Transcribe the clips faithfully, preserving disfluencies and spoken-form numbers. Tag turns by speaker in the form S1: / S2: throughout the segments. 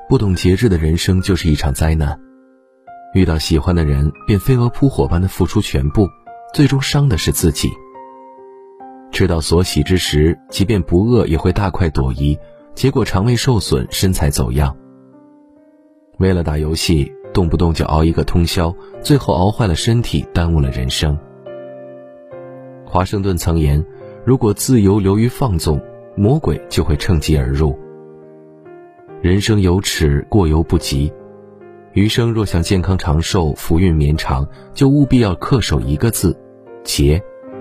S1: 不懂节制的人生就是一场灾难。遇到喜欢的人，便飞蛾扑火般的付出全部，最终伤的是自己。吃到所喜之时，即便不饿也会大快朵颐，结果肠胃受损，身材走样。为了打游戏，动不动就熬一个通宵，最后熬坏了身体，耽误了人生。华盛顿曾言，如果自由流于放纵，魔鬼就会趁机而入。人生有尺，过犹不及。余生若想健康长寿，福运绵长，就务必要恪守一个字：节。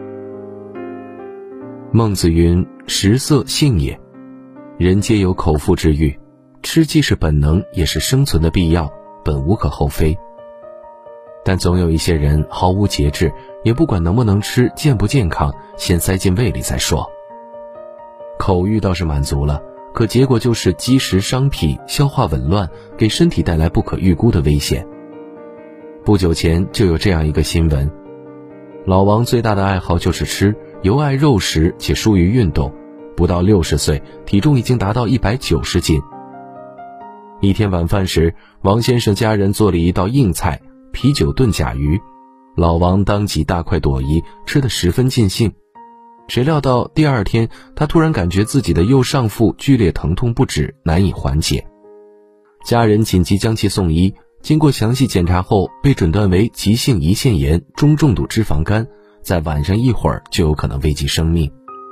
S1: 孟子云：食色性也。人皆有口腹之欲，吃既是本能，也是生存的必要，本无可厚非。但总有一些人毫无节制，也不管能不能吃，健不健康，先塞进胃里再说。口欲倒是满足了，可结果就是积食伤脾，消化紊乱，给身体带来不可预估的危险。不久前就有这样一个新闻，老王最大的爱好就是吃，尤爱肉食，且疏于运动，不到六十岁，体重已经达到一百九十斤。一天晚饭时，王先生家人做了一道硬菜，啤酒炖甲鱼，老王当即大快朵颐，吃得十分尽兴。谁料到第二天，他突然感觉自己的右上腹剧烈疼痛不止，难以缓解。家人紧急将其送医，经过详细检查后，被诊断为急性胰腺炎、中重度脂肪肝，在晚上一会儿就有可能危及生命。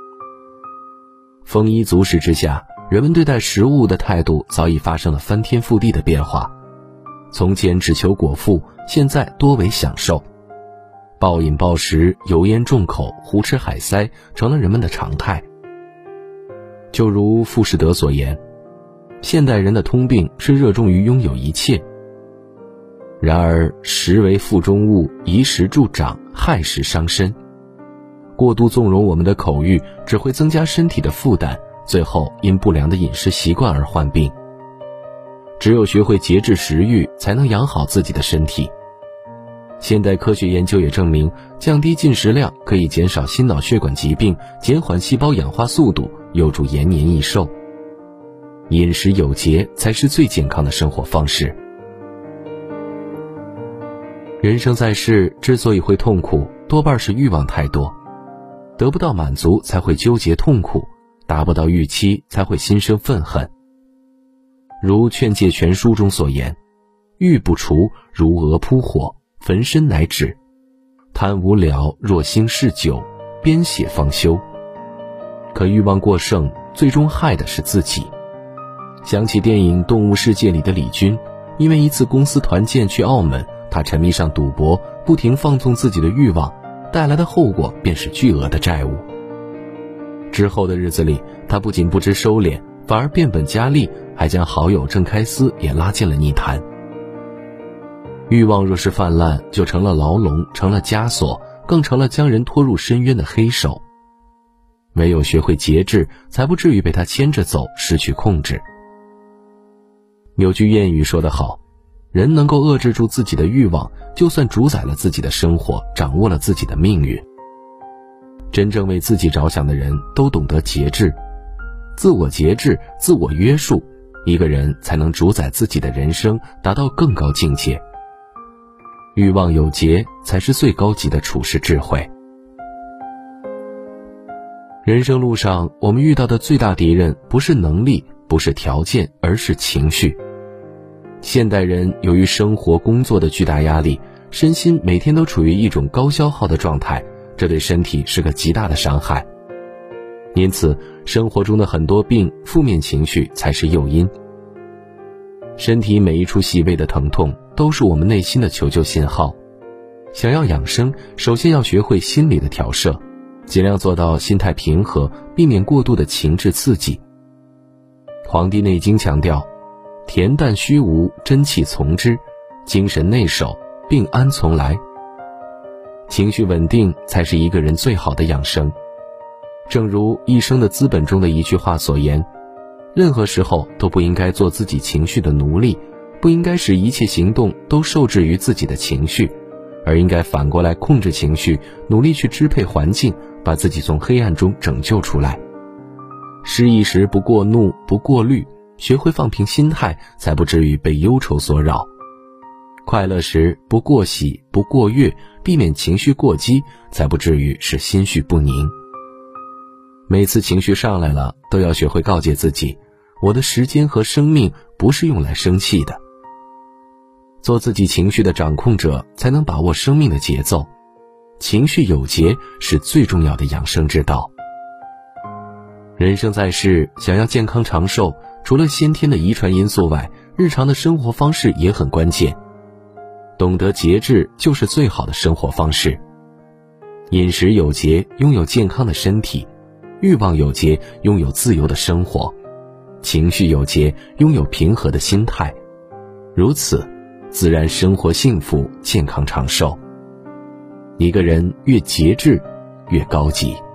S1: 丰衣足食之下，人们对待食物的态度早已发生了翻天覆地的变化。从前只求果腹，现在多为享受。暴饮暴食、油烟重口、胡吃海塞成了人们的常态。就如傅士德所言，现代人的通病是热衷于拥有一切。然而食为腹中物，宜食助长，害食伤身。过度纵容我们的口欲，只会增加身体的负担，最后因不良的饮食习惯而患病。只有学会节制食欲，才能养好自己的身体。现代科学研究也证明，降低进食量可以减少心脑血管疾病，减缓细胞氧化速度，有助延年益寿。饮食有节才是最健康的生活方式。人生在世之所以会痛苦，多半是欲望太多。得不到满足才会纠结痛苦，达不到预期才会心生愤恨。如《劝诫全书》中所言，欲不除，如蛾扑火，焚身乃止。贪无聊，若兴嗜酒，边血方休。可欲望过剩，最终害的是自己。想起电影《动物世界》里的李军，因为一次公司团建去澳门，他沉迷上赌博，不停放纵自己的欲望，带来的后果便是巨额的债务。之后的日子里，他不仅不知收敛，反而变本加厉，还将好友郑开思也拉进了泥潭。欲望若是泛滥，就成了牢笼，成了枷锁，更成了将人拖入深渊的黑手。唯有学会节制，才不至于被它牵着走，失去控制。有句谚语说得好，人能够遏制住自己的欲望，就算主宰了自己的生活，掌握了自己的命运。真正为自己着想的人都懂得节制，自我节制，自我约束，一个人才能主宰自己的人生，达到更高境界。欲望有节，才是最高级的处世智慧。人生路上，我们遇到的最大敌人不是能力，不是条件，而是情绪。现代人由于生活工作的巨大压力，身心每天都处于一种高消耗的状态，这对身体是个极大的伤害。因此，生活中的很多病，负面情绪才是诱因。身体每一处细微的疼痛，都是我们内心的求救信号。想要养生，首先要学会心理的调摄，尽量做到心态平和，避免过度的情志刺激。《黄帝内经》强调，恬淡虚无，真气从之，精神内守，病安从来。情绪稳定才是一个人最好的养生。正如《一生的资本》中的一句话所言，任何时候都不应该做自己情绪的奴隶，不应该使一切行动都受制于自己的情绪，而应该反过来控制情绪，努力去支配环境，把自己从黑暗中拯救出来。失意时不过怒，不过虑， 学会放平心态，才不至于被忧愁所扰。快乐时不过喜不过悦，避免情绪过激，才不至于使心绪不宁。每次情绪上来了，都要学会告诫自己，我的时间和生命不是用来生气的。做自己情绪的掌控者，才能把握生命的节奏。情绪有节是最重要的养生之道。人生在世，想要健康长寿，除了先天的遗传因素外，日常的生活方式也很关键。懂得节制就是最好的生活方式。饮食有节，拥有健康的身体；欲望有节，拥有自由的生活；情绪有节，拥有平和的心态。如此，自然生活幸福、健康长寿。一个人越节制，越高级。